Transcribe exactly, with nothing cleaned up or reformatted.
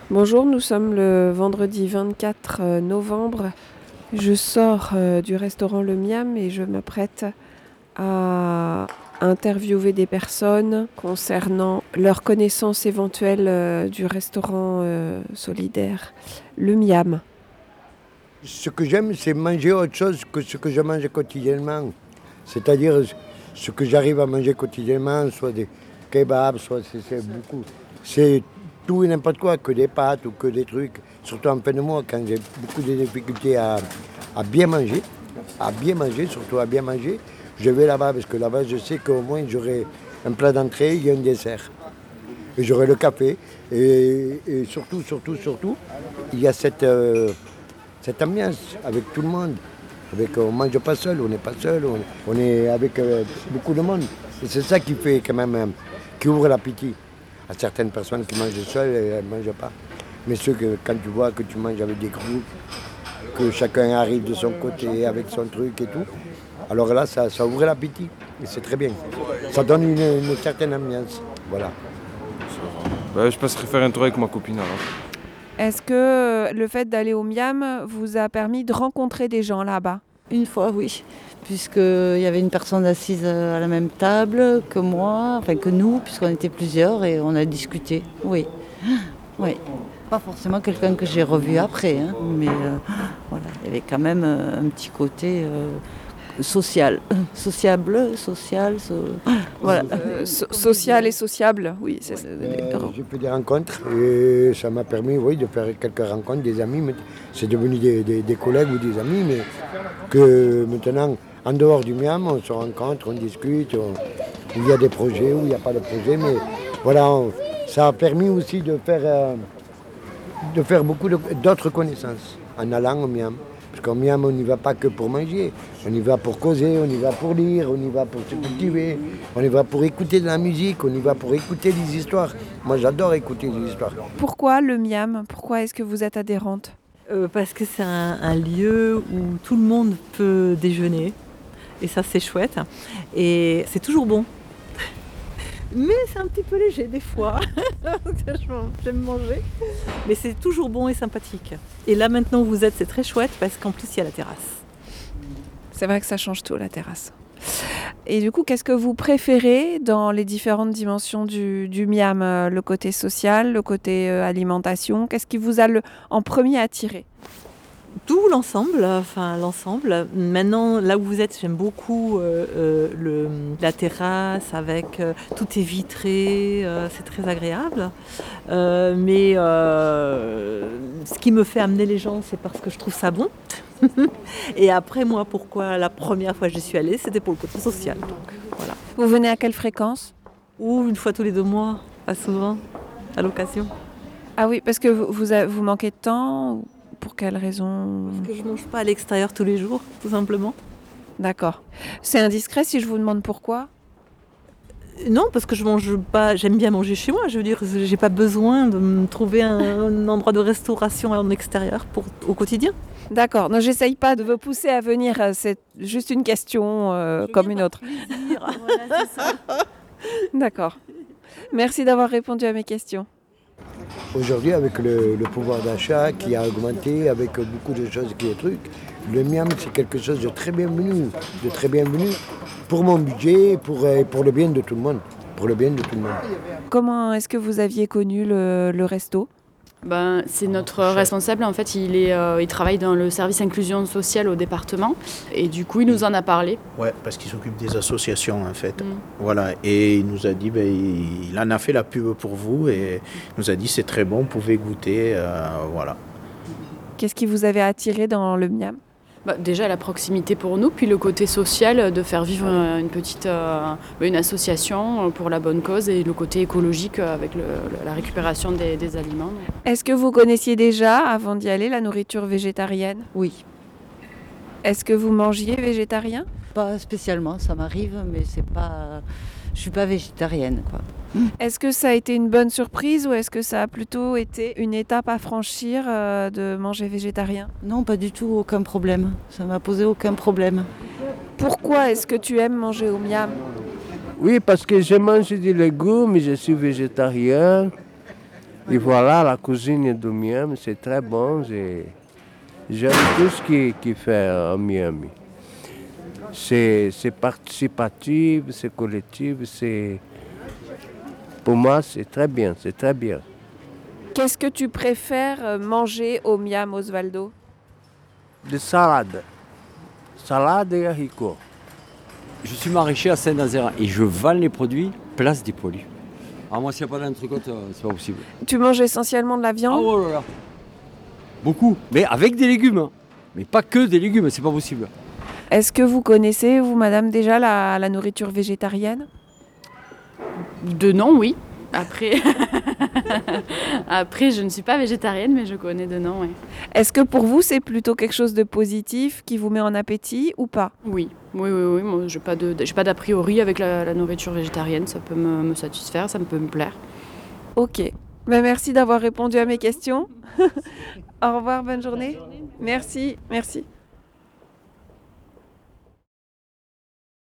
Bonjour, nous sommes le vendredi vingt-quatre novembre. Je sors euh, du restaurant Le Miam et je m'apprête à interviewer des personnes concernant leur connaissance éventuelle euh, du restaurant euh, solidaire Le Miam. Ce que j'aime, c'est manger autre chose que ce que je mange quotidiennement. C'est-à-dire ce que j'arrive à manger quotidiennement, soit des kebabs, soit c'est, c'est beaucoup. C'est tout et n'importe quoi, que des pâtes ou que des trucs. Surtout en fin de mois, quand j'ai beaucoup de difficultés à, à bien manger, à bien manger, surtout à bien manger, je vais là-bas parce que là-bas, je sais qu'au moins j'aurai un plat d'entrée et un dessert. Et j'aurai le café. Et, et surtout, surtout, surtout, il y a cette... euh, cette ambiance avec tout le monde. Avec, on ne mange pas seul, on n'est pas seul, on, on est avec euh, beaucoup de monde. Et c'est ça qui fait quand même, euh, qui ouvre l'appétit. À certaines personnes qui mangent seules, elles ne mangent pas. Mais ceux que quand tu vois que tu manges avec des groupes, que chacun arrive de son côté avec son truc et tout, alors là, ça, ça ouvre l'appétit. Et c'est très bien. Ça donne une, une certaine ambiance. Voilà. Bah, je passerai faire un tour avec ma copine alors. Est-ce que le fait d'aller au Miam vous a permis de rencontrer des gens là-bas ? Une fois, oui, puisqu'il y avait une personne assise à la même table que moi, enfin que nous, puisqu'on était plusieurs et on a discuté, oui. Oui. Pas forcément quelqu'un que j'ai revu après, hein, mais euh, voilà, il y avait quand même euh, un petit côté euh, social, sociable, social, so... voilà. Euh, so- social et sociable, oui. C'est, c'est- Euh, j'ai fait des rencontres et ça m'a permis, oui, de faire quelques rencontres, des amis. Mais c'est devenu des, des- des collègues ou des amis, mais que maintenant, en dehors du Miam, on se rencontre, on discute, on- il y a des projets ou il n'y a pas de projet, mais voilà, on- ça a permis aussi de faire, euh, de faire beaucoup de- d'autres connaissances en allant au Miam. Parce qu'au Miam, on n'y va pas que pour manger, on y va pour causer, on y va pour lire, on y va pour se cultiver, on y va pour écouter de la musique, on y va pour écouter des histoires. Moi, j'adore écouter des histoires. Pourquoi le Miam ? Pourquoi est-ce que vous êtes adhérente ? Euh, parce que c'est un, un lieu où tout le monde peut déjeuner. Et ça, c'est chouette. Et c'est toujours bon. Mais c'est un petit peu léger des fois. J'aime manger. Mais c'est toujours bon et sympathique. Et là, maintenant où vous êtes, c'est très chouette parce qu'en plus, il y a la terrasse. C'est vrai que ça change tout, la terrasse. Et du coup, qu'est-ce que vous préférez dans les différentes dimensions du, du Miam ? euh, Le côté social, le côté euh, alimentation ? Qu'est-ce qui vous a le, en premier attiré ? Tout l'ensemble, enfin l'ensemble. Maintenant, là où vous êtes, j'aime beaucoup euh, euh, le, la terrasse avec euh, tout est vitré, euh, c'est très agréable. Euh, mais euh, ce qui me fait amener les gens, c'est parce que je trouve ça bon. Et après, moi, pourquoi la première fois que j'y suis allée, c'était pour le côté social. Donc, voilà. Vous venez à quelle fréquence ? Ou une fois tous les deux mois, pas souvent, à l'occasion. Ah oui, parce que vous, vous, a- vous manquez de temps ou pour quelle raison ? Parce que je ne mange pas à l'extérieur tous les jours, tout simplement. D'accord. C'est indiscret si je vous demande pourquoi ? Non, parce que je mange pas. J'aime bien manger chez moi. Je veux dire, j'ai pas besoin de me trouver un, un endroit de restauration en extérieur pour au quotidien. D'accord. Non, j'essaye pas de vous pousser à venir. euh, C'est juste une question euh, comme une autre. Voilà, c'est ça. D'accord. Merci d'avoir répondu à mes questions. Aujourd'hui, avec le, le pouvoir d'achat qui a augmenté, avec beaucoup de choses qui est truc, le Miam, c'est quelque chose de très bienvenu, de très bienvenu pour mon budget, pour, euh, pour le bien de tout le monde, pour le bien de tout le monde. Comment est-ce que vous aviez connu le, le resto ? Ben, c'est notre responsable, en fait, il, est, euh, il travaille dans le service inclusion sociale au département et du coup, il nous en a parlé. Ouais, parce qu'il s'occupe des associations en fait. Mm. Voilà, et il nous a dit, ben, il en a fait la pub pour vous et il nous a dit c'est très bon, vous pouvez goûter, euh, voilà. Qu'est-ce qui vous avait attiré dans le Miam ? Bah, déjà la proximité pour nous, puis le côté social de faire vivre euh, une petite euh, une association pour la bonne cause et le côté écologique avec le, le- la récupération des, des aliments. Est-ce que vous connaissiez déjà, avant d'y aller, la nourriture végétarienne ? Oui, Est-ce que vous mangiez végétarien ? pas spécialement, ça m'arrive, mais c'est pas, je suis pas végétarienne, quoi. Est-ce que ça a été une bonne surprise ou est-ce que ça a plutôt été une étape à franchir euh, de manger végétarien ? Non, pas du tout, aucun problème. Ça m'a posé aucun problème. Pourquoi est-ce que tu aimes manger au Miam ? Oui, parce que je mange des légumes, je suis végétarien. Et voilà, la cuisine de Miami, c'est très bon. J'ai- J'aime tout ce qui, qui fait à Miami. C'est c'est participatif, c'est collectif, c'est... Pour moi, c'est très bien, c'est très bien. Qu'est-ce que tu préfères euh, manger au Miam, Osvaldo? Des salades. Salade et haricots. Je suis maraîcher à Saint-Nazaire et je vends les produits place des poilus. Alors moi, s'il n'y a pas d'entrecôte, euh, c'est pas possible. Tu manges essentiellement de la Ah viande? oh là là. Beaucoup, mais avec des légumes. hein. Mais pas que des légumes, c'est pas possible. Est-ce que vous connaissez, vous, madame, déjà la, la nourriture végétarienne? De nom, oui. Après... Après, je ne suis pas végétarienne, mais je connais de nom, oui. Est-ce que pour vous, c'est plutôt quelque chose de positif qui vous met en appétit ou pas? Oui, oui, oui, oui. Moi, je n'ai pas de- j'ai pas d'a priori avec la, la nourriture végétarienne. Ça peut me, me satisfaire, ça me peut me plaire. Ok. Ben, merci d'avoir répondu à mes questions. Au revoir, bonne journée. Merci, merci.